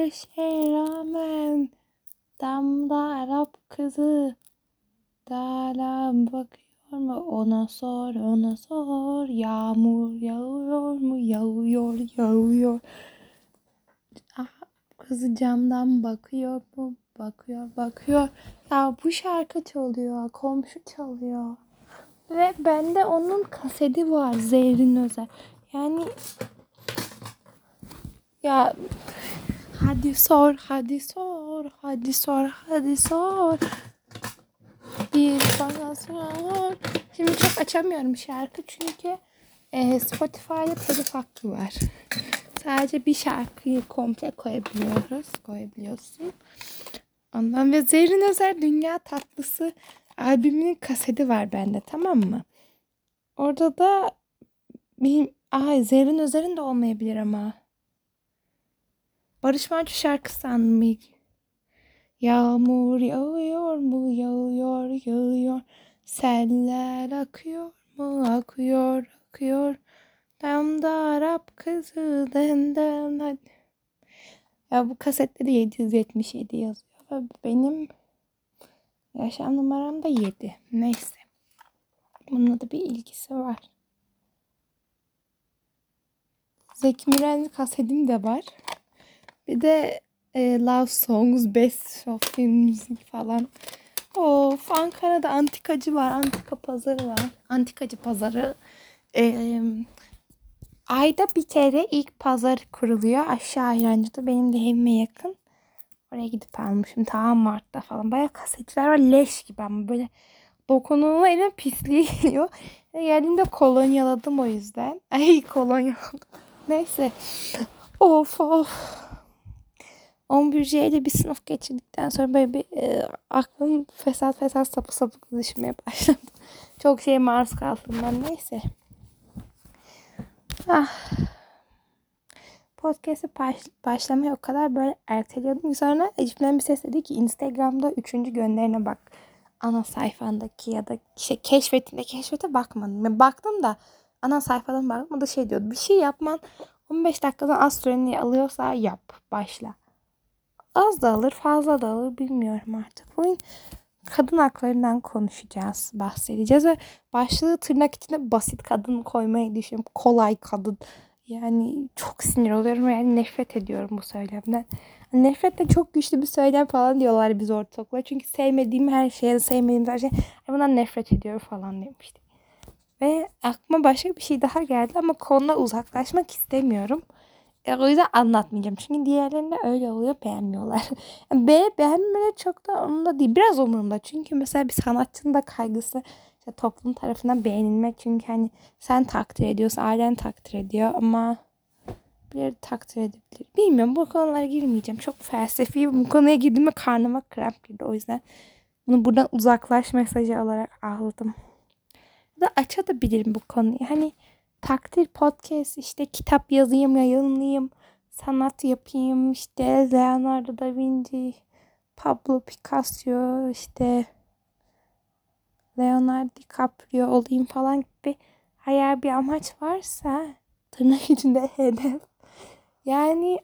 her şeye rağmen damda Arap kızı Dalan bakıyor mu? Ona sor, ona sor. Yağmur yağıyor mu? Yağıyor, yağıyor. Kızı camdan bakıyor mu? Bakıyor, bakıyor. Ya bu şarkı çalıyor, komşu çalıyor. Ve bende onun kaseti var, Zerrin Özer. Yani ya hadi sor, hadi sor, hadi sor, hadi sor. Bir bana sor. Şimdi çok açamıyorum şarkı çünkü Spotify'da telif hakkı var. Sadece bir şarkıyı komple koyabiliyorsun. Ondan ve Zerrin Özer Dünya Tatlısı albümünün kaseti var bende, tamam mı? Orada da Zerrin Özer'in de olmayabilir ama. Barış Manço şarkısı sandım. Yağmur yağıyor mu? Yağıyor, yağıyor. Seller akıyor mu? Akıyor, akıyor. Damda Arap kızı denden hadi. Ya bu kasette de 777 yazıyor. Ve benim yaşam numaram da 7. Neyse. Bununla da bir ilgisi var. Zeki Müren kasetim de var. Bir de Love Songs, Best of Film Müzik falan. Of, Ankara'da antikacı var. Antika pazarı var. Antikacı pazarı. Ayda bir kere ilk pazar kuruluyor. Aşağı İrancı'da. Benim de evime yakın. Oraya gidip almışım. Ta Mart'ta falan. Bayağı kasetçiler var. Leş gibi ama böyle dokunduğunda elime pisliği geliyor. Geldiğimde kolonyaladım o yüzden. Ay kolonyaladım. Neyse. Of of. 11. ile bir sınıf geçirdikten sonra böyle bir aklım fesat sapık düşmeye başladı. Çok şeye maruz kaldım ben, neyse. Podcast'e başlamaya o kadar böyle erteliyordum ki sonra içimden bir ses dedi ki Instagram'da 3. gönderine bak. Ana sayfandaki ya da keşfete bakmadım. Ben baktım da ana sayfadan baktım, o da şey diyordu. Bir şey yapman 15 dakikadan az süreni alıyorsa yap, başla. Az da alır, fazla da alır, bilmiyorum artık. Bugün kadın haklarından konuşacağız, bahsedeceğiz ve başlığı tırnak içinde basit kadın koymayı düşünüyorum. Kolay kadın. Yani çok sinir oluyorum, yani nefret ediyorum bu söylemden. Nefret de çok güçlü bir söylem falan diyorlar biz ortaokula. Çünkü sevmediğim her şey bundan nefret ediyorum falan demişti. Ve aklıma başka bir şey daha geldi ama konuda uzaklaşmak istemiyorum. O yüzden anlatmayacağım. Çünkü diğerlerinde öyle oluyor, beğenmiyorlar. Beğenmeleri çok da umurumda değil. Biraz umurumda. Çünkü mesela bir sanatçının da kaygısı işte toplum tarafından beğenilmek. Çünkü hani sen takdir ediyorsun, ailen takdir ediyor ama birileri takdir edebilir. Bilmiyorum, bu konulara girmeyeceğim. Çok felsefi. Bu konuya girdiğimde karnıma kramp girdi. O yüzden bunu buradan uzaklaş mesajı olarak aldım. Da açabilirim bu konuyu. Hani takdir podcast, işte kitap yazayım, yayınlayayım, sanat yapayım, işte Leonardo da Vinci, Pablo Picasso, işte Leonardo DiCaprio olayım falan gibi hayal bir amaç varsa tırnak içinde hedef. Yani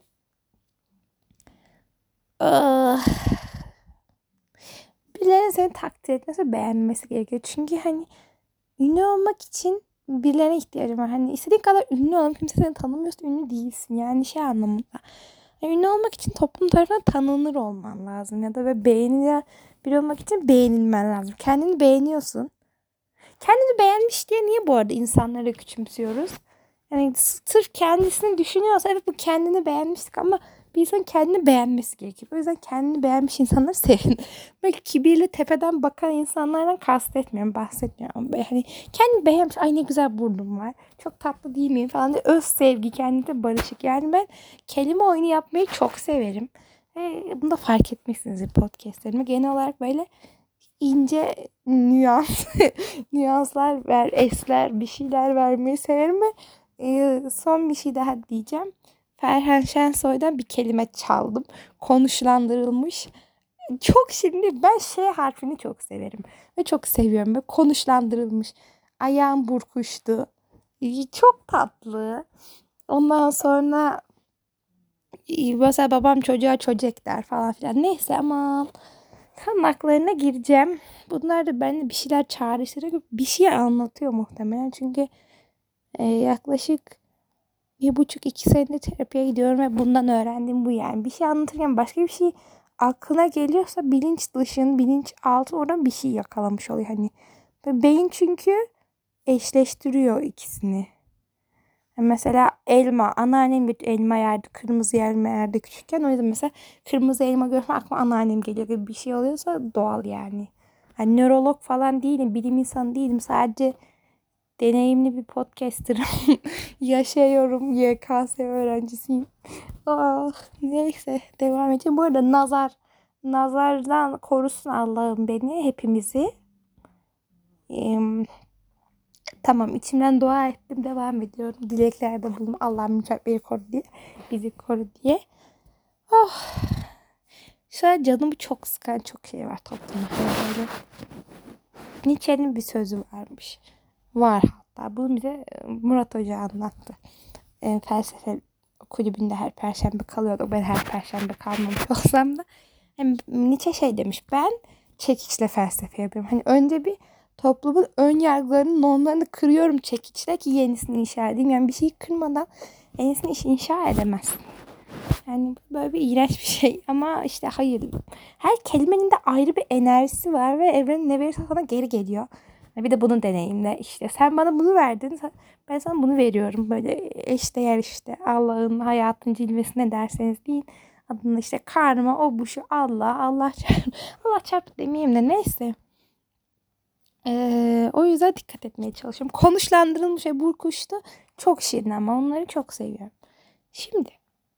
birilerinin seni takdir etmesi, beğenmesi gerekiyor. Çünkü hani ünlü olmak için birilerine ihtiyacım var. Hani istediğin kadar ünlü olalım, kimse seni tanımıyorsa ünlü değilsin. Yani şey anlamında. Yani ünlü olmak için toplum tarafından tanınır olman lazım. Ya da böyle beğenilen biri olmak için beğenilmen lazım. Kendini beğeniyorsun. Kendini beğenmiş diye niye bu arada insanları küçümsüyoruz? Yani sırf kendisini düşünüyorsa evet bu kendini beğenmiştik ama bir insan kendini beğenmesi gerekiyor. O yüzden kendini beğenmiş insanları sevin. Böyle kibirli tepeden bakan insanlardan kastetmiyorum, bahsetmiyorum. Böyle hani kendini beğenmiş, ay ne güzel burnum var, çok tatlı değil miyim falan diye öz sevgi, kendine barışık. Yani ben kelime oyunu yapmayı çok severim. Bunu da fark etmişsinizdir podcastlerime. Genel olarak böyle ince nüanslar esler bir şeyler vermeyi severim ve son bir şey daha diyeceğim. Ferhan Şensoy'dan bir kelime çaldım. Konuşlandırılmış. Çok şimdi ben harfini çok severim. Ve çok seviyorum. Ve konuşlandırılmış. Ayağım burkuştu. Çok tatlı. Ondan sonra Mesela babam çocuğa çocuk der falan filan. Neyse ama kan haklarına gireceğim. Bunlar da bende bir şeyler çağrıştırıyor. Bir şey anlatıyor muhtemelen. Çünkü yaklaşık 1,5-2 senedir terapiye gidiyorum ve bundan öğrendiğim bu yani. Bir şey anlatırken başka bir şey aklına geliyorsa bilinç dışın, bilinç altı oradan bir şey yakalamış oluyor. Hani beyin çünkü eşleştiriyor ikisini. Mesela elma. Anneannem bir elma yerdi. Kırmızı elma yerdi küçükken. O yüzden mesela kırmızı elma görme aklıma anneannem geliyor gibi bir şey oluyorsa doğal yani. Hani nörolog falan değilim. Bilim insanı değilim. Sadece deneyimli bir podcaster'ım. Yaşıyorum. YKS öğrencisiyim. Ah, neyse devam edeceğim. Bu arada nazardan korusun Allah'ım beni hepimizi. Tamam, içimden dua ettim, devam ediyorum. Dileklerde bulundum. Allah'ım beni koru diye. Bizi koru diye. Oh. Şu an canımı çok sıkan çok şey var toplumda. Böyle. Nietzsche'nin bir sözü varmış. Var hatta. Bunu bize Murat Hoca anlattı. Felsefe kulübünde her perşembe kalıyorduk. Ben her perşembe kalmamış olsam da. Hem Nietzsche şey demiş. Ben çekiçle felsefe yapıyorum. Hani önce bir toplumun ön yargılarının normlarını kırıyorum çekiçle ki yenisini inşa edeyim. Yani bir şeyi kırmadan yenisini inşa edemezsin. Yani böyle bir iğrenç bir şey ama işte hayır. Her kelimenin de ayrı bir enerjisi var ve evrenin ne verirse sana geri geliyor. Bir de bunun deneyimle işte sen bana bunu verdin, ben sana bunu veriyorum. Böyle eşdeğer işte Allah'ın hayatın cilvesi ne derseniz deyin. Adını işte karma o bu şu Allah çarptı. Allah çarptı demeyeyim de neyse. O yüzden dikkat etmeye çalışıyorum. Konuşlandırılmış bu kuştu. Çok şirin ama onları çok seviyorum. Şimdi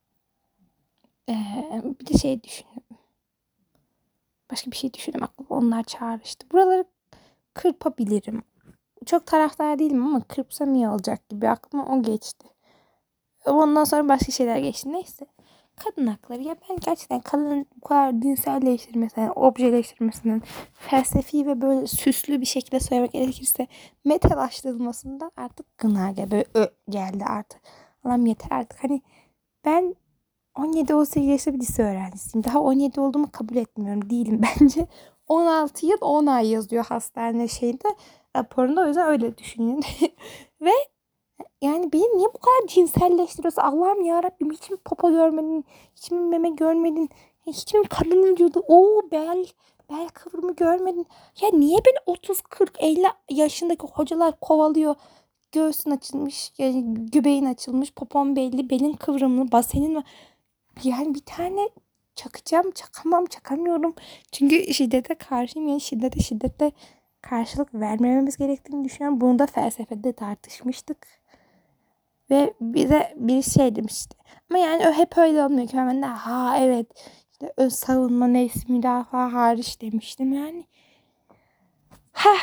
bir de şey düşündüm. Başka bir şey düşündüm aklıma onlar çağrıştı. Buraları kırpabilirim. Çok taraftar değilim ama kırpsam iyi olacak gibi aklıma o geçti. Ondan sonra başka şeyler geçti. Neyse. Kadın hakları. Ya ben gerçekten kadının bu kadar dinselleştirmesinden, objeleştirmesinden, felsefi ve böyle süslü bir şekilde söylemek gerekirse metalaştırılmasında artık gına gibi geldi artık. Allah'ım yeter artık. Hani ben 17-18 yaşında bir lise öğrencisiyim. Daha 17 olduğumu kabul etmiyorum. Değilim bence. 16 yıl 10 ay yazıyor hastane şeyinde raporunda. O yüzden öyle düşünün. Ve yani beni niye bu kadar cinselleştiriyorsun? Allah'ım yarabbim hiç mi popo görmedin? Hiç mi meme görmedin? Hiç mi kadın vücudu? Bel kıvrımı görmedin? Ya niye beni 30, 40, 50 yaşındaki hocalar kovalıyor? Göğsün açılmış, yani göbeğin açılmış, popon belli, belin kıvrımlı, basenin var. Yani bir tane çakacağım, çakamıyorum. Çünkü şiddete karşıyım. Yani şiddete karşılık vermememiz gerektiğini düşünüyorum. Bunu da felsefede tartışmıştık. Ve bize bir şey demişti. Ama yani hep öyle olmuyor ki. Ben de evet işte öz savunma neyse müdafaa hariç demiştim yani. Ha.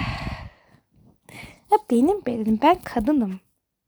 Ya benim ben kadınım.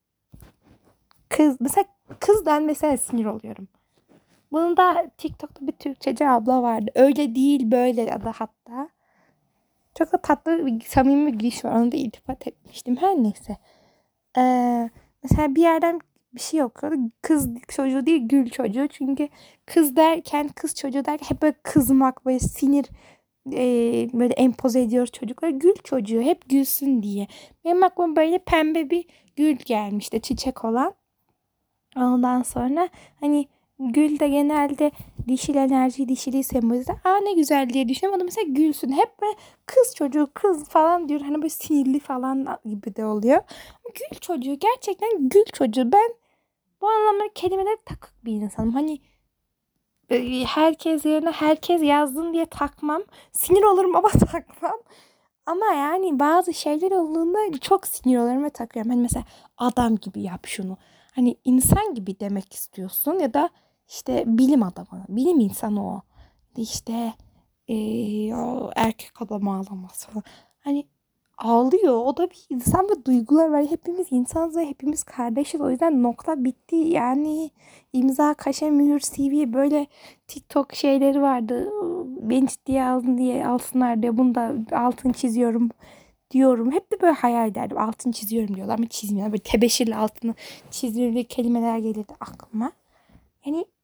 Mesela kız denmesine sinir oluyorum. Bunun da TikTok'ta bir Türkçeci abla vardı. Öyle değil böyle adı hatta. Çok da tatlı samimi bir giriş var. Onu da iltifat etmiştim. Her neyse. Mesela bir yerden bir şey okuyordu. Kız çocuğu değil gül çocuğu. Çünkü kız çocuğu derken hep böyle kızmak böyle sinir böyle empoze ediyoruz çocuklar. Gül çocuğu hep gülsün diye. Benim aklıma böyle pembe bir gül gelmişti çiçek olan. Ondan sonra hani gül de genelde dişil enerji, dişiliği sembolize. Ne güzel diye düşünüyorum. O da mesela gülsün. Hep böyle kız çocuğu, kız falan diyor. Hani böyle sinirli falan gibi de oluyor. Gül çocuğu. Gerçekten gül çocuğu. Ben bu anlamda kelimeleri takık bir insanım. Hani herkes yerine herkes yazdın diye takmam. Sinir olurum ama takmam. Ama yani bazı şeyler olduğunda çok sinir olurum ve takıyorum. Hani mesela adam gibi yap şunu. Hani insan gibi demek istiyorsun ya da işte bilim adamı, bilim insanı o. İşte o erkek adam ağlaması falan. Hani ağlıyor. O da bir insan ve duygular var. Hepimiz insanız ve hepimiz kardeşiz. O yüzden nokta bitti. Yani imza, kaşe, mühür, CV böyle TikTok şeyleri vardı. Beni ciddiye alın diye alsınlar diye. Bunu da altını çiziyorum diyorum. Hep de böyle hayal ederdim. Altını çiziyorum diyorlar ama çizmiyorlar. Böyle tebeşirle altını çiziyorum diye kelimeler gelirdi aklıma. Yani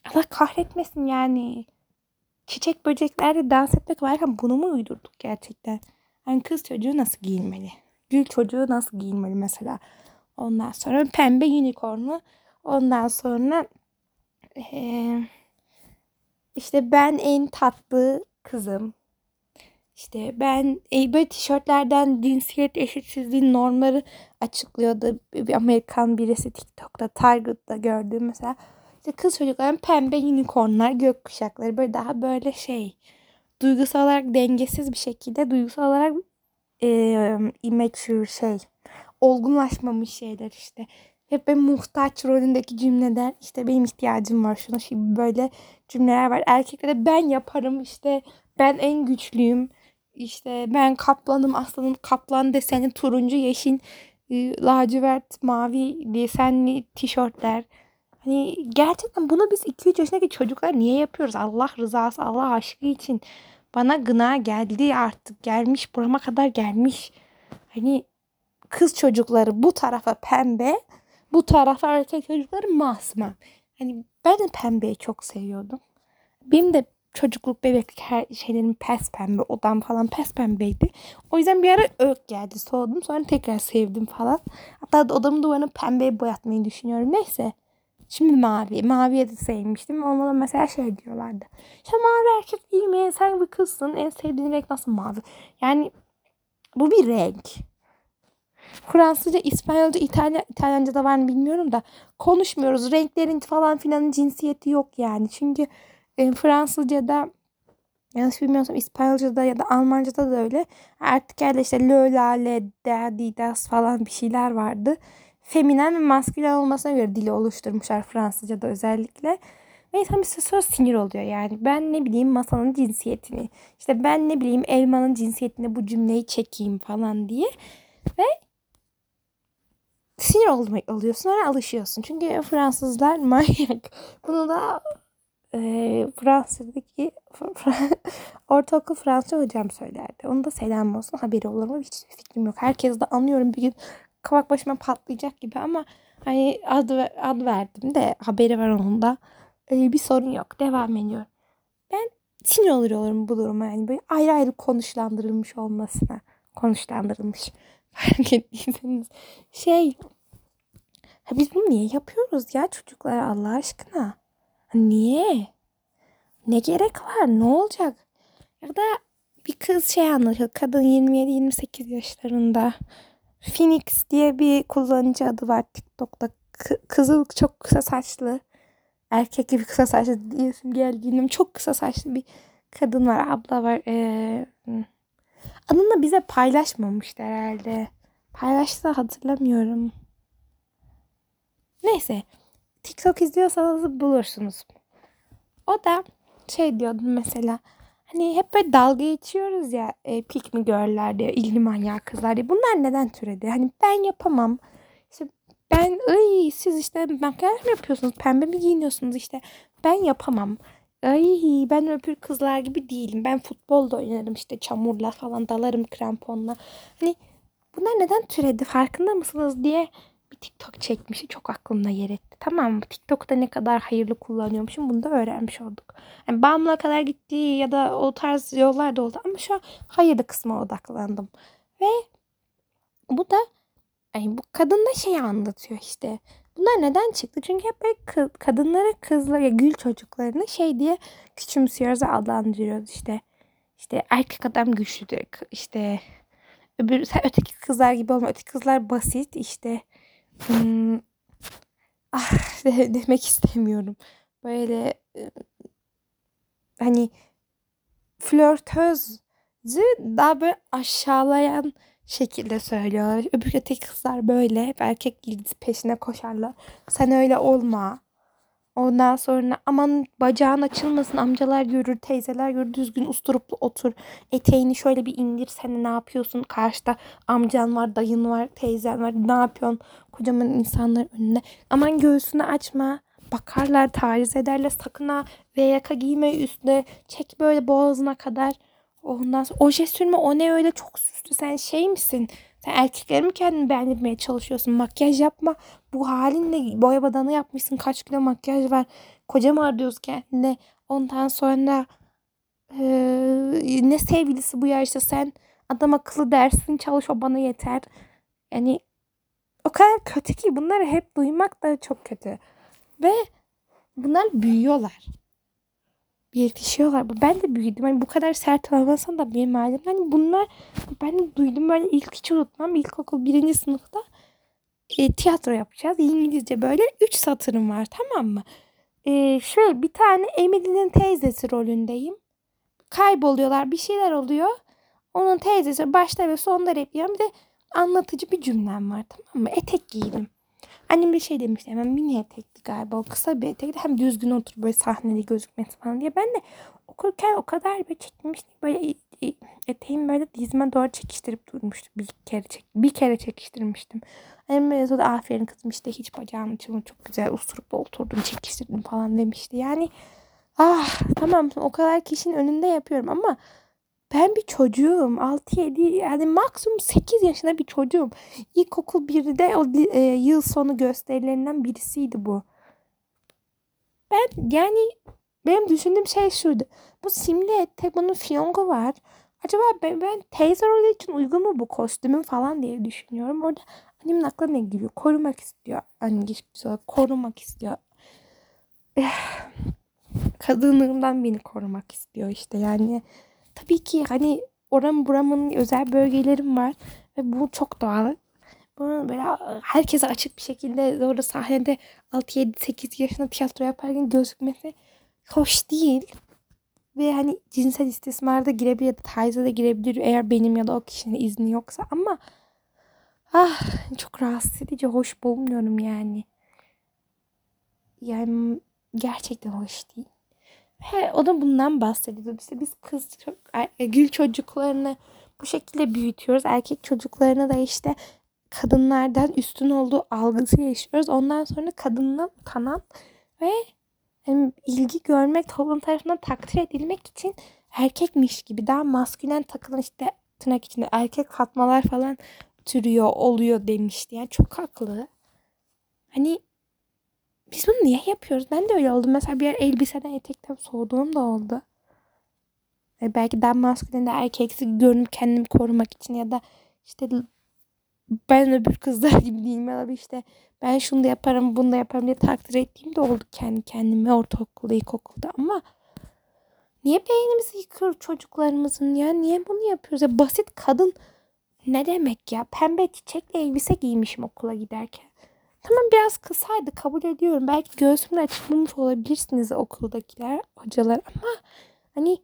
Allah kahretmesin yani. Çiçek böceklerle dans etmek varken bunu mu uydurduk gerçekten? Yani kız çocuğu nasıl giyinmeli? Gül çocuğu nasıl giyinmeli mesela? Ondan sonra pembe unicorn'u. Ondan sonra eee, işte ben en tatlı kızım. İşte ben böyle tişörtlerden cinsiyet eşitsizliği normları açıklıyordu. Bir Amerikan birisi TikTok'ta, Target'ta gördüğüm mesela. İşte kız çocukların pembe unicornlar, gök kuşakları böyle daha böyle duygusal olarak dengesiz bir şekilde duygusal olarak immature olgunlaşmamış şeyler işte. Hep böyle muhtaç rolündeki cümleler işte benim ihtiyacım var şuna şimdi böyle cümleler var. Erkeklere ben yaparım işte ben en güçlüyüm işte ben kaplanım aslanım kaplan deseni turuncu yeşil lacivert mavi desenli tişörtler. Hani gerçekten bunu biz 2-3 yaşındaki çocuklar niye yapıyoruz? Allah rızası Allah aşkı için. Bana gına geldi artık gelmiş burama kadar gelmiş. Hani kız çocukları bu tarafa pembe, bu tarafa erkek çocukları masmavi. Hani ben de pembeyi çok seviyordum. Benim de çocukluk bebeklik her şeylerim pes pembe, odam falan pes pembeydi. O yüzden bir ara ök geldi, soğudum. Sonra tekrar sevdim falan. Hatta odamın duvarını pembeye boyatmayı düşünüyorum. Neyse. Şimdi mavi. Maviye de sevmiştim. Ona da mesela diyorlardı. İşte mavi erkek değil mi? Sen bir kızsın. En sevdiğin renk nasıl mavi? Yani bu bir renk. Fransızca, İspanyolca, İtalyanca da var mı bilmiyorum da konuşmuyoruz. Renklerin falan filan cinsiyeti yok yani. Çünkü Fransızca'da yanlış bilmiyorsam İspanyolca'da ya da Almanca'da da öyle. Artık yani işte le, la, le, da, di, das falan bir şeyler vardı. Feminen ve maskülen olmasına göre dili oluşturmuşlar Fransızca'da özellikle. Ve insan bir süre sonra sinir oluyor yani. Ben ne bileyim masanın cinsiyetini, işte ben ne bileyim elmanın cinsiyetini bu cümleyi çekeyim falan diye. Ve sinir oluyorsun sonra alışıyorsun. Çünkü Fransızlar manyak. Bunu da Fransa'daki ortaokul Fransızca hocam söylerdi. Onun da selam olsun haberi olur mu hiç fikrim yok. Herkes de anlıyorum bir gün kabak başıma patlayacak gibi ama hani ad verdim de haberi var onun da. Bir sorun yok. Devam ediyorum. Ben sinir oluyorum bu duruma yani böyle ayrı ayrı konuşlandırılmış olmasına. Konuşlandırılmış. Fark ettiyseniz. Biz bunu niye yapıyoruz ya çocuklar Allah aşkına? Niye? Ne gerek var? Ne olacak? Ya da bir kız anlatıyor. Kadın 27-28 yaşlarında. Phoenix diye bir kullanıcı adı var TikTok'ta. Kızıl çok kısa saçlı. Erkek gibi kısa saçlı diyesim geldiğim çok kısa saçlı bir kadın var. Abla var. Adını da bize paylaşmamıştı herhalde. Paylaştı hatırlamıyorum. Neyse. TikTok izliyorsanız bulursunuz. O da diyordum mesela. Hani hep böyle dalga geçiyoruz ya pick me girl'ler diye, ilgi manyağı kızlar diye. Bunlar neden türedi? Hani ben yapamam. İşte siz işte makyaj mı yapıyorsunuz? Pembe mi giyiniyorsunuz işte? Ben yapamam. Ay ben öbür kızlar gibi değilim. Ben futbolda oynarım işte çamurla falan dalarım kramponla. Hani bunlar neden türedi farkında mısınız diye bir TikTok çekmişti. Çok aklımda yer etti. Tamam mı? TikTok'ta ne kadar hayırlı kullanıyormuşum bunu da öğrenmiş olduk. Yani bağımlılığa kadar gittiği ya da o tarz yollar da oldu. Ama şu an hayırlı kısma odaklandım. Ve bu da bu kadın da anlatıyor işte. Bunlar neden çıktı? Çünkü hep böyle kadınları kızları gül çocuklarını diye küçümsüyoruz ve adlandırıyoruz işte. İşte erkek adam güçlüdür. İşte sen öteki kızlar gibi olma. Öteki kızlar basit işte. Hmm, demek istemiyorum. Böyle hani flörtözü daha böyle aşağılayan şekilde söylüyorlar. Öteki kızlar böyle hep erkek ilgisi peşine koşarlar. Sen öyle olma. Ondan sonra aman bacağın açılmasın amcalar görür teyzeler görür düzgün usturuplu otur. Eteğini şöyle bir indir sen ne yapıyorsun karşıda amcan var dayın var teyzen var ne yapıyorsun kocaman insanların önünde. Aman göğsünü açma bakarlar taciz ederler sakın ha ve yaka giyme üstüne çek böyle boğazına kadar. Ondan sonra oje sürme o ne öyle çok süslü sen misin? Sen erkekleri mi kendini beğendirmeye çalışıyorsun? Makyaj yapma. Bu halinle boya badana yapmışsın. Kaç kilo makyaj var. koca mı arıyoruz kendine? Ondan sonra ne sevgilisi bu yaşta, sen adam akıllı dersin çalış, o bana yeter. Yani o kadar kötü ki bunları hep duymak da çok kötü. Ve bunlar büyüyorlar. Yetişiyorlar. Ben de büyüdüm. Hani bu kadar sert olmasam da benim ailem. Hani bunlar ben de duydum, böyle ilk hiç unutmam. İlkokul birinci sınıfta tiyatro yapacağız. İngilizce böyle 3 satırım var, tamam mı? Şöyle bir tane Emily'nin teyzesi rolündeyim. Kayboluyorlar, bir şeyler oluyor. Onun teyzesi başta ve sonda rap yiyor. Bir de anlatıcı bir cümlem var, tamam mı? Etek giydim. Annem bir şey demişti, hemen mini etekti galiba, o kısa bir etekti, hem düzgün otur böyle sahnede gözükmesi falan diye. Ben de okurken o kadar böyle çekmiştim, böyle eteğimi böyle dizime doğru çekiştirip durmuştum, bir kere çekiştirmiştim. Annem böyle sonra aferin kızım işte, hiç bacağın açılma, çok güzel usturup oturdum çekiştirdim falan demişti. Yani tamam, o kadar kişinin önünde yapıyorum ama ben bir çocuğum. 6-7, yani maksimum 8 yaşında bir çocuğum. İlkokul 1'de o yıl sonu gösterilerinden birisiydi bu. Yani benim düşündüğüm şey şuydu. Bu simli etek, bunun fiyongu var. Acaba ben teyze rolü için uygun mu bu kostümüm falan diye düşünüyorum. Orada annemin aklına ne geliyor? Korumak istiyor. Anne geçmiş olarak korumak istiyor. Kadınlığımdan beni korumak istiyor işte. Yani tabii ki hani oram buramın özel bölgelerim var ve bu çok doğal. Bunu böyle herkese açık bir şekilde orada sahnede 6-7-8 yaşında tiyatro yaparken gözükmesi hoş değil. Ve hani cinsel istismara da girebilir ya da tacize de girebilir eğer benim ya da o kişinin izni yoksa, ama ah çok rahatsız edici, hoş bulmuyorum yani. Yani gerçekten hoş değil. O da bundan bahsediyordu. İşte biz gül çocuklarını bu şekilde büyütüyoruz. Erkek çocuklarına da işte kadınlardan üstün olduğu algısı yaşıyoruz. Ondan sonra kadından utanan ve yani ilgi görmek, toplum tarafından takdir edilmek için erkekmiş gibi daha maskülen takılan, işte tırnak içinde erkek fatmalar falan türüyor oluyor demişti. Yani çok haklı. Hani biz bunu niye yapıyoruz? Ben de öyle oldum. Mesela bir yer elbiseden, etekten soğuduğum da oldu. Belki daha maskülen de erkeksi görünüp kendimi korumak için ya da işte ben öbür kızlar gibi değilim ya da işte ben şunu da yaparım bunu da yaparım diye takdir ettiğim de oldu kendi kendime ortaokulda, ilkokulda. Ama niye beynimizi yıkıyoruz çocuklarımızın ya? Niye bunu yapıyoruz? Ya basit kadın ne demek ya? Pembe çiçekli elbise giymişim okula giderken. Tamam, biraz kısaydı, kabul ediyorum. Belki göğsümden açılmamış olabilirsiniz okuldakiler, hocalar, ama hani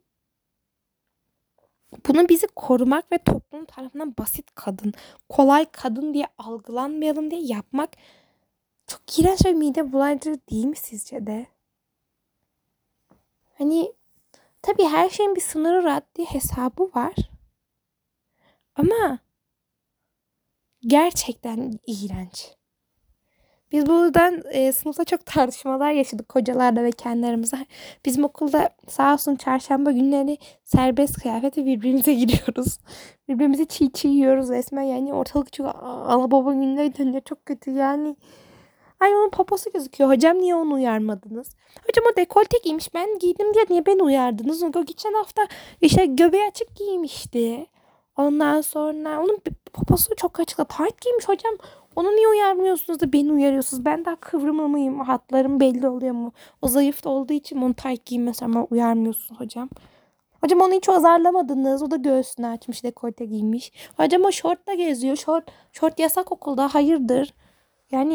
bunu bizi korumak ve toplum tarafından basit kadın, kolay kadın diye algılanmayalım diye yapmak çok iğrenç ve mide bulandırıcı değil mi sizce de? Hani tabii her şeyin bir sınırı, raddi hesabı var. Ama gerçekten iğrenç. Biz buradan sınıfta çok tartışmalar yaşadık hocalarla ve kendi aramızda. Bizim okulda sağ olsun çarşamba günleri serbest kıyafete birbirimize giriyoruz. Birbirimizi çiğ çiğ yiyoruz resmen. Yani ortalık çok ana baba günleri dönüyor. Çok kötü yani. Ay, onun poposu gözüküyor. Hocam niye onu uyarmadınız? Hocam o dekolte giymiş. Ben giydim diye niye beni uyardınız? O geçen hafta işte göbeği açık giymişti. Ondan sonra onun poposu çok açık. Tight giymiş hocam. Onu niye uyarmıyorsunuz da beni uyarıyorsunuz? Ben daha kıvrımlı mıyım? Hatlarım belli oluyor mu? O zayıf da olduğu için onu tight giymesi ama uyarmıyorsunuz hocam. Hocam onu hiç azarlamadınız. O da göğsünü açmış, dekolte giymiş. Hocam o şortla geziyor. Şort yasak okulda. Hayırdır? Yani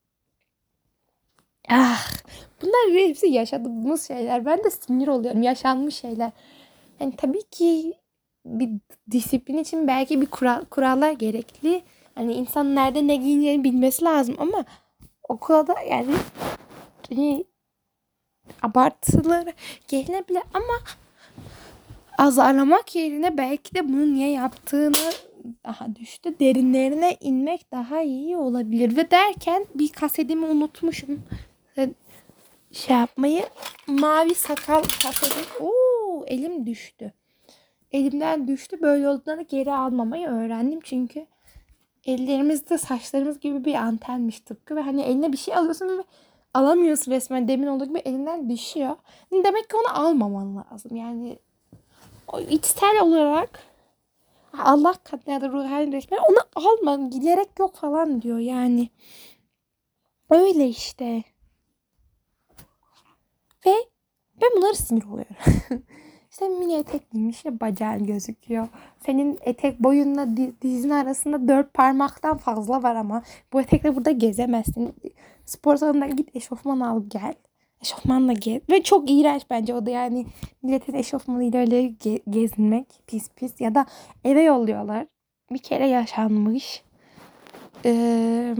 ah, bunlar hepsi yaşadığımız şeyler. Ben de sinir oluyorum. Yaşanmış şeyler. Yani tabii ki bir disiplin için belki bir kurallar gerekli. Hani insan nerede ne giyineceğini bilmesi lazım ama okula da yani hani abartıları gelinebilir ama azarlamak yerine belki de bunu niye yaptığını daha düştü. Derinlerine inmek daha iyi olabilir. Ve derken bir kasetimi unutmuşum. Şey yapmayı, mavi sakal kasetim. Oo, elim düştü. Elimden düştü. Böyle olduğunda geri almamayı öğrendim. Çünkü ellerimizde saçlarımız gibi bir antenmiş tıpkı. Ve hani eline bir şey alıyorsun ve alamıyorsun resmen, demin olduğu gibi elinden düşüyor. Demek ki onu almaman lazım. Yani o içsel olarak Allah katına ya da ruhani resmen onu alma, gerek yok falan diyor yani. Öyle işte. Ve ben bunları sinir oluyorum. İşte mini etek giymiş ya, bacağın gözüküyor. Senin etek boyunla dizin arasında 4 parmaktan fazla var ama bu etekle burada gezemezsin. Spor salonuna git, eşofman al gel. Eşofmanla gez. Ve çok iğrenç bence o da, yani milletin eşofmanıyla öyle gezinmek pis pis. Ya da eve yolluyorlar. Bir kere yaşanmış. Ee,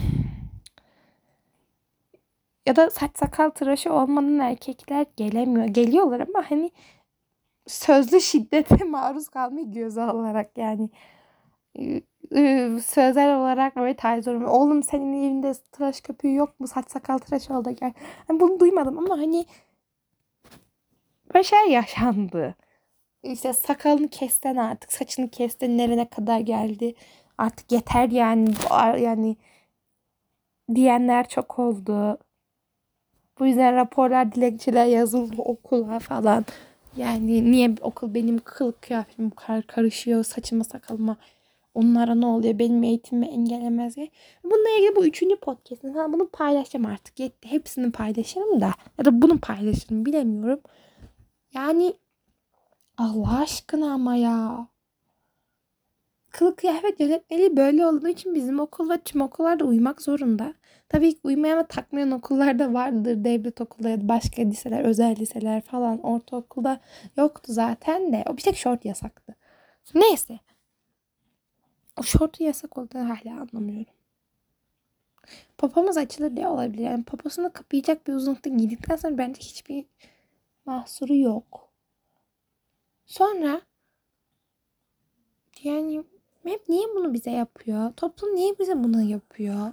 Ya da saç sakal tıraşı olmadan erkekler gelemiyor. Geliyorlar ama hani sözlü şiddete maruz kalmayı göze alarak, yani sözel olarak böyle taciz oluyor. Oğlum senin evinde tıraş köpüğü yok mu? Saç sakal tıraşı ol da gel. Yani bunu duymadım ama hani böyle şey yaşandı. İşte sakalını kesten, artık saçını kesten, nerene kadar geldi. Artık yeter yani. Yani diyenler çok oldu. Bu yüzden raporlar, dilekçeler yazıldı okula falan. Yani niye okul benim kılık kıyafetim bu kadar karışıyor, saçıma sakalıma, onlara ne oluyor, benim eğitimimi engellemez diye. Bununla ilgili bu 3. podcast'im falan, bunu paylaşacağım artık. Yetti. Hepsini paylaşırım da. Ya da bunu paylaşırım, bilemiyorum. Yani Allah aşkına ama ya. Kılık kıyafet yönetmeliği böyle olduğu için bizim okul ve tüm okullarda uymak zorunda. Tabii ki uymayan ve takmayan okullar da vardır. Devlet okulları ya da başka liseler, özel liseler falan. Ortaokulda yoktu zaten de. O bir tek şort yasaktı. Neyse. O şortu yasak olduğunu hala anlamıyorum. Popomuz açılır diye olabilir. Yani poposunu kapayacak bir uzunlukta giydikten sonra bence hiçbir mahsuru yok. Sonra yani hep niye bunu bize yapıyor? Toplum niye bize bunu yapıyor?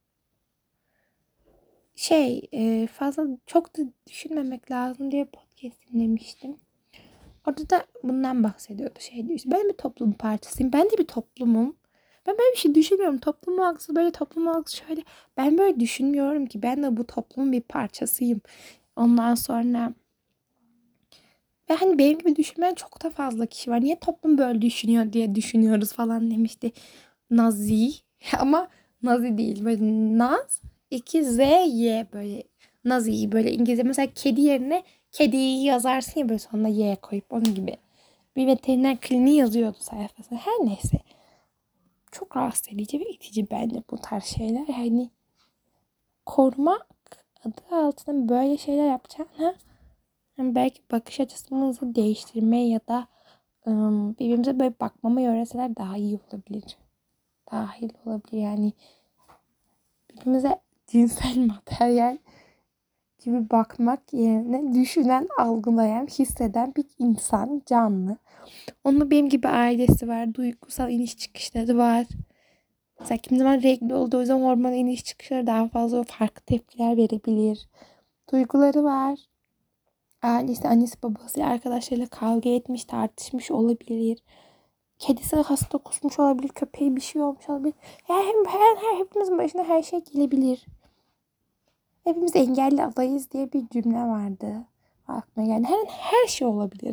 Fazla çok da düşünmemek lazım diye podcast dinlemiştim. Orada da bundan bahsediyordu. Diyor işte, ben bir toplum parçasıyım. Ben de bir toplumum. Ben böyle bir şey düşünmüyorum. Toplum algısı böyle, toplum algısı şöyle. Ben böyle düşünmüyorum ki. Ben de bu toplumun bir parçasıyım. Ondan sonra ve hani benim gibi düşünmeyen çok da fazla kişi var. Niye toplum böyle düşünüyor diye düşünüyoruz falan demişti. Nazi ama Nazi değil, böyle Naz 2 Z Y, böyle Nazi, böyle İngilizce mesela kedi yerine kediyi yazarsın ya, böyle sonuna Y koyup, onun gibi. Bir veteriner kliniği yazıyordu sayfasında. Her neyse. Çok rahatsız edici ve itici bence bu tarz şeyler. Yani korumak adı altında böyle şeyler yapacağına, yani belki bakış açımızı değiştirmeye ya da birbirimize böyle bakmamı öğretseler daha iyi olabilir. Dahil olabilir yani. Birbirimize cinsel materyal gibi bakmak yerine düşünen, algılayan, hisseden bir insan, canlı. Onun benim gibi ailesi var. Duygusal iniş çıkışları var. Mesela kimi zaman renkli olduğu zaman hormon iniş çıkışları daha fazla farklı tepkiler verebilir. Duyguları var. Ailesi, annesi, babası, arkadaşlarıyla kavga etmiş, tartışmış olabilir. Kedisi hasta kusmuş olabilir. Köpeği bir şey olmuş olabilir. Yani hepimizin başına her şey gelebilir. Hepimiz engelli adayız diye bir cümle vardı. Aklıma geldi. Her şey olabilir.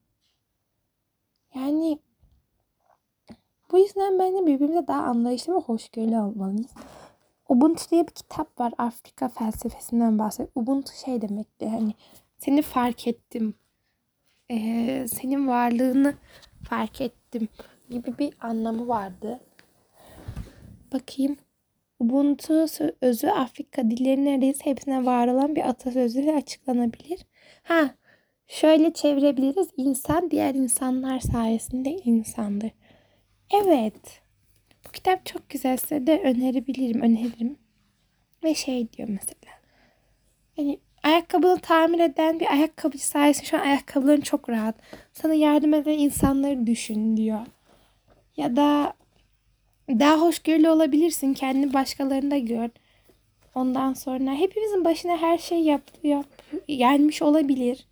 Yani bu yüzden bence birbirimize daha anlayışlı ve hoşgörülü olmalıyız. Ubuntu diye bir kitap var. Afrika felsefesinden bahsediyor. Ubuntu şey demekti. Hani seni fark ettim. Senin varlığını fark ettim gibi bir anlamı vardı. Bakayım. Ubuntu özü Afrika dilleri neredeyse hepsine var olan bir atasözüyle açıklanabilir. Şöyle çevirebiliriz. İnsan diğer insanlar sayesinde insandır. Evet. Bu kitap çok güzel. Size de öneririm. Ve şey diyor mesela. Hani ayakkabını tamir eden bir ayakkabıcı sayesinde şu an ayakkabıların çok rahat. Sana yardım eden insanları düşün diyor. Ya da daha hoşgörülü olabilirsin. Kendini başkalarında gör. Ondan sonra hepimizin başına her şey gelmiş olabilir.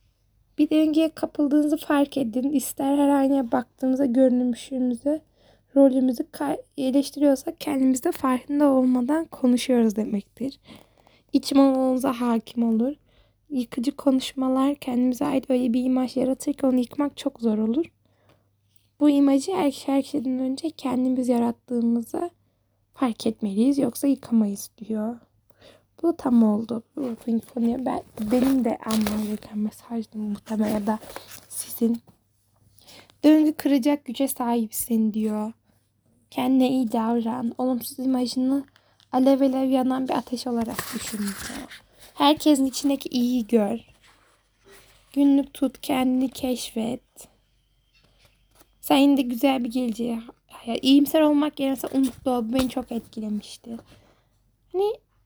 Bir döngüye kapıldığınızı fark edin. İster her aynaya baktığınızda görünüşünüzü rolümüzü eleştiriyorsak kendimizde farkında olmadan konuşuyoruz demektir. İç monoloğumuza hakim olur. Yıkıcı konuşmalar kendimize ait öyle bir imaj yaratır ki onu yıkmak çok zor olur. Bu imajı her şeyden önce kendimiz yarattığımızı fark etmeliyiz yoksa yıkamayız diyor. Bu tam oldu. Bu konuya benim de anlamam gereken mesajdı muhtemelen ya da sizin. Döngü kıracak güce sahipsin diyor. Kendine iyi davran. Olumsuz imajını alev alev yanan bir ateş olarak düşün diyor. Herkesin içindeki iyiyi gör. Günlük tut, kendini keşfet. Sen yine de güzel bir geleceğe. İyimser olmak yerine umutlu ol. Bu beni çok etkilemişti. Hani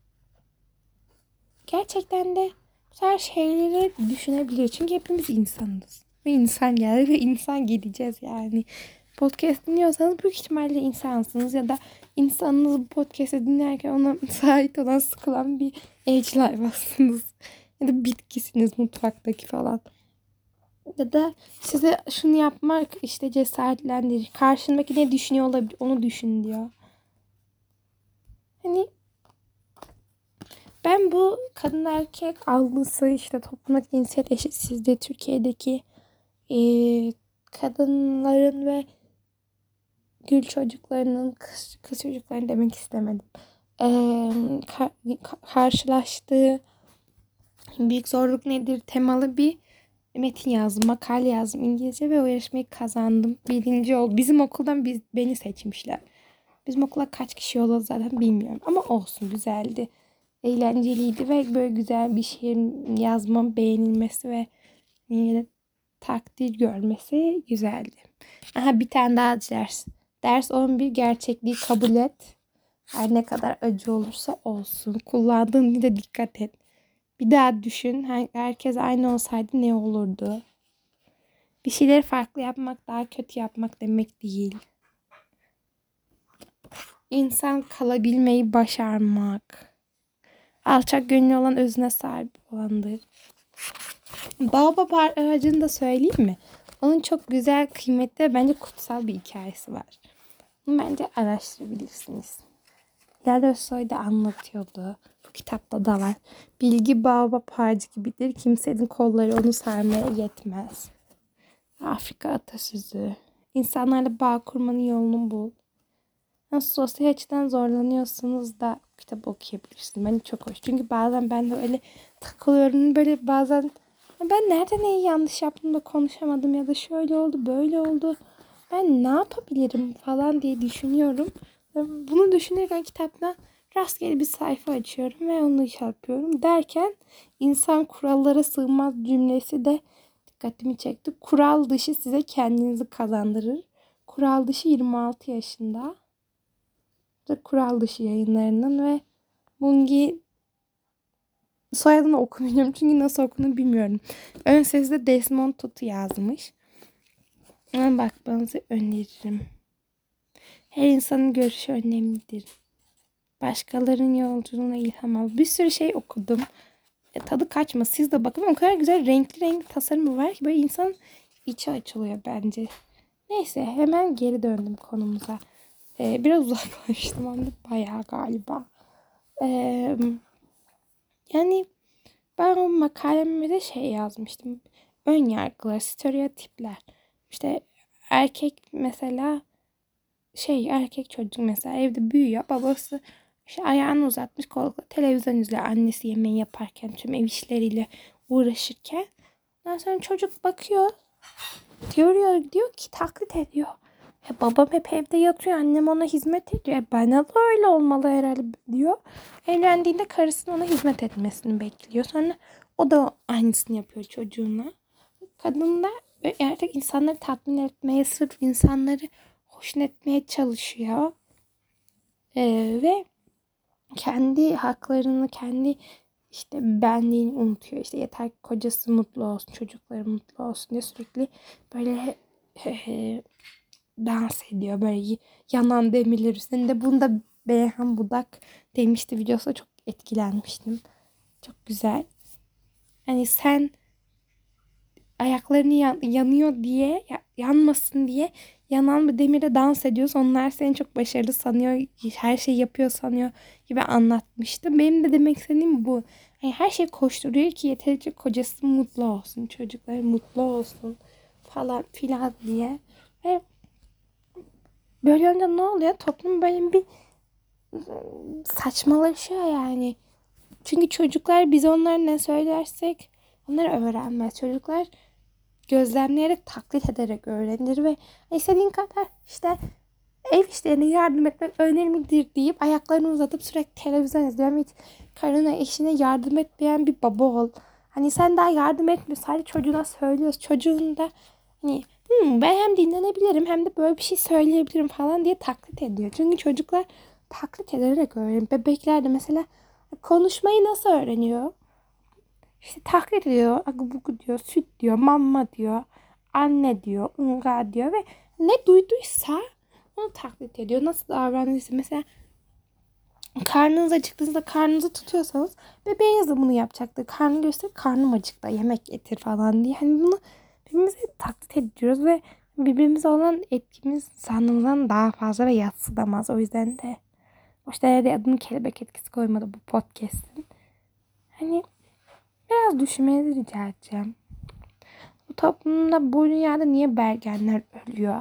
gerçekten de bu tarz şeyleri düşünebiliyor. Çünkü hepimiz insanız. Ve insan geldi ve insan gideceğiz yani. Podcast dinliyorsanız büyük ihtimalle insansınız ya da insanınız bu podcast'ı dinlerken ona sahip olan sıkılan bir evcil hayvansınız. Ya da bitkisiniz mutfaktaki falan. Ya da size şunu yapmak işte cesaretlendirir. Karşındaki ne düşünüyor olabilir onu düşün diyor. Hani ben bu kadın erkek algısı işte toplumdaki cinsiyet eşitsizliği Türkiye'deki kadınların ve gül çocuklarının kız çocuklarını demek istemedim. Karşılaştığı büyük zorluk nedir temalı bir metin yazdım, makale yazdım İngilizce ve o yarışmayı kazandım. Birinci oldu. Bizim okuldan beni seçmişler. Bizim okula kaç kişi oldu zaten bilmiyorum ama olsun güzeldi. Eğlenceliydi ve böyle güzel bir şiir yazmam beğenilmesi ve yine de takdir görmesi güzeldi. Aha bir tane daha ders. Ders 11 gerçekliği kabul et. Her ne kadar acı olursa olsun. Kullandığın dile dikkat et. Bir daha düşün. Herkes aynı olsaydı ne olurdu? Bir şeyleri farklı yapmak daha kötü yapmak demek değil. İnsan kalabilmeyi başarmak. Alçak gönüllü olan özüne sahip olandır. Baobab ağacını da söyleyeyim mi? Onun çok güzel, kıymetli, bence kutsal bir hikayesi var. Bunu bence araştırabilirsiniz. Hilal Özsoy da anlatıyordu. Bu kitapta da var. Bilgi baobab ağacı gibidir. Kimsenin kolları onu sarmaya yetmez. Afrika atasözü. İnsanlarla bağ kurmanın yolunu bul. Nasıl sosyal açıdan zorlanıyorsanız da kitap okuyabilirsiniz. Bence çok hoş. Çünkü bazen ben de öyle takılıyorum. Böyle bazen ben nerede neyi yanlış yaptım da konuşamadım ya da şöyle oldu böyle oldu. Ben ne yapabilirim falan diye düşünüyorum. Bunu düşünürken kitapta rastgele bir sayfa açıyorum ve onu iş yapıyorum. Derken insan kurallara sığmaz cümlesi de dikkatimi çekti. Kural dışı size kendinizi kazandırır. Kural dışı 26 yaşında. Kural dışı yayınlarının ve Mungi soyadını okumuyorum çünkü nasıl okunduğunu bilmiyorum. Ön sesde Desmond Tutu yazmış. Ona bakmanızı öneririm. Her insanın görüşü önemlidir. Başkalarının yolculuğuna ilham al. Bir sürü şey okudum. Tadı kaçma. Siz de bakın. O kadar güzel renkli tasarımı var ki böyle insan içi açılıyor bence. Neyse hemen geri döndüm konumuza. Biraz uzaklaştım ama bayağı galiba. Yani ben o makalemde de şey yazmıştım. Ön yargılar, stereotipler. İşte erkek mesela erkek çocuk mesela evde büyüyor. Babası işte ayağını uzatmış koltukta televizyon izliyor. Annesi yemeği yaparken tüm ev işleriyle uğraşırken. Ondan sonra çocuk bakıyor. Diyor ki taklit ediyor. Babam hep evde yatıyor. Annem ona hizmet ediyor. Bana da öyle olmalı herhalde diyor. Evlendiğinde karısının ona hizmet etmesini bekliyor. Sonra o da aynısını yapıyor çocuğuna. Kadın da artık insanları tatmin etmeye, sırf insanları hoşnut etmeye çalışıyor. Ve kendi haklarını, kendi işte benliğini unutuyor. İşte yeter ki kocası mutlu olsun, çocukları mutlu olsun diye sürekli böyle dans ediyor. Böyle yanan demirler üstünde. Bunda Beyhan Budak demişti videosu. Çok etkilenmiştim. Çok güzel. Hani sen ayaklarını yanıyor diye yanmasın diye yanan bir demire dans ediyorsun. Onlar seni çok başarılı sanıyor. Her şeyi yapıyor sanıyor gibi anlatmıştım. Benim de demek istediğim bu. Yani her şey koşturuyor ki yeterince kocası mutlu olsun. Çocukları mutlu olsun falan filan diye. Ve böyle önce ne oluyor? Toplum böyle bir saçmalaşıyor yani. Çünkü çocuklar biz onlara ne söylersek onlar öğrenmez. Çocuklar gözlemleyerek, taklit ederek öğrenir ve istediğin kadar işte ev işlerine yardım etmek önemlidir deyip ayaklarını uzatıp sürekli televizyon izliyorum. Hiç karına, eşine yardım etmeyen bir baba ol. Hani sen daha yardım etmiyorsun. Sadece çocuğuna söylüyorsun. Çocuğun da hani ben hem dinlenebilirim hem de böyle bir şey söyleyebilirim falan diye taklit ediyor. Çünkü çocuklar taklit ederek öğreniyor. Bebekler de mesela konuşmayı nasıl öğreniyor? İşte taklit ediyor. Agubugu diyor, süt diyor, mamma diyor, anne diyor, ınga diyor ve ne duyduysa onu taklit ediyor. Nasıl davranıyorsa mesela karnınız acıktığınızda karnınızı tutuyorsanız bebeğiniz de bunu yapacaktır. Karnını göster, karnım acıktı, yemek getir falan diye. Hani bunu birbirimize taklit ediyoruz ve birbirimize olan etkimiz sandığımızdan daha fazla ve yadsınamaz. O yüzden de boşta yerde adını kelebek etkisi koymadı bu podcast'in. Hani biraz düşünmenizi rica edeceğim. Bu toplumda, bu dünyada niye bergenler ölüyor?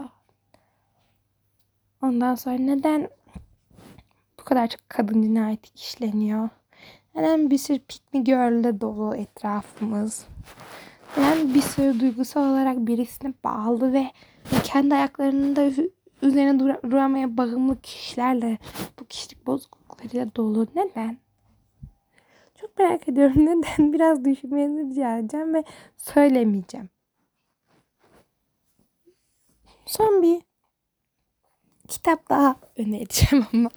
Ondan sonra neden bu kadar çok kadın cinayeti işleniyor? Neden bir sürü pick me girl'le dolu etrafımız? Neden bir sürü duygusal olarak birisine bağlı ve kendi ayaklarında üzerine duramaya bağımlı kişilerle, bu kişilik bozukluklarıyla dolu? Neden? Çok merak ediyorum neden. Biraz düşünmenizi rica edeceğim ve söylemeyeceğim. Son bir kitap daha önereceğim ama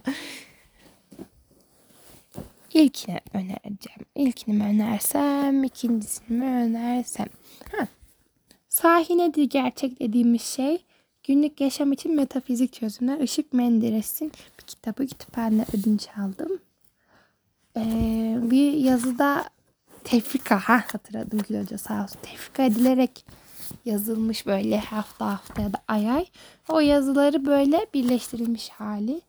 ilkini önereceğim. İlkini mi önersem, ikincisini mi önersem? Sahi nedir gerçek dediğimiz şey? Günlük yaşam için metafizik çözümler. Işık Menderes'in bir kitabı. Kütüphanede ödünç aldım. Bir yazıda tefrika, hatırladım Gül Hoca sağ olsun. Tefrika edilerek yazılmış böyle hafta hafta ya da ay ay. O yazıları böyle birleştirilmiş hali.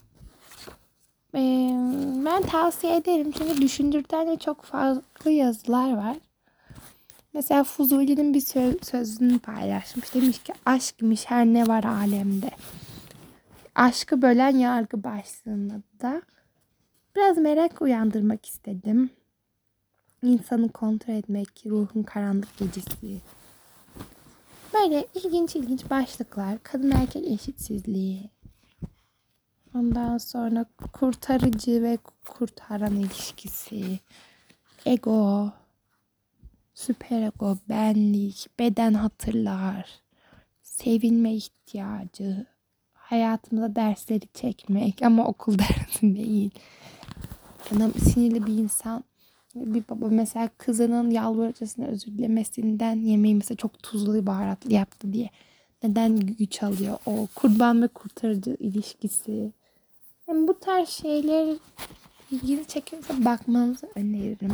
Ben tavsiye ederim çünkü düşündürten de çok farklı yazılar var. Mesela Fuzuli'nin bir sözünü paylaşmış. Demiş ki aşkmış her ne var alemde. Aşkı bölen yargı başlığında da biraz merak uyandırmak istedim. İnsanı kontrol etmek, ruhun karanlık gecesi. Böyle ilginç başlıklar. Kadın erkek eşitsizliği. Ondan sonra kurtarıcı ve kurtaran ilişkisi. Ego. Süper ego, benlik, beden hatırlar. Sevilme ihtiyacı. Hayatımıza dersleri çekmek ama okul dersi değil. Yani sinirli bir insan. Bir baba mesela kızının yalvarıcısına özür dilemesinden yemeği mesela çok tuzlu baharatlı yaptı diye. Neden güç alıyor? O kurban ve kurtarıcı ilişkisi. Yani bu tarz şeyler ilgini çekiyorsa bakmanızı öneririm.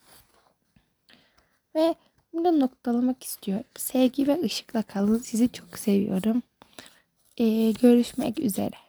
Ve burada noktalamak istiyorum. Sevgi ve ışıkla kalın. Sizi çok seviyorum. Görüşmek üzere.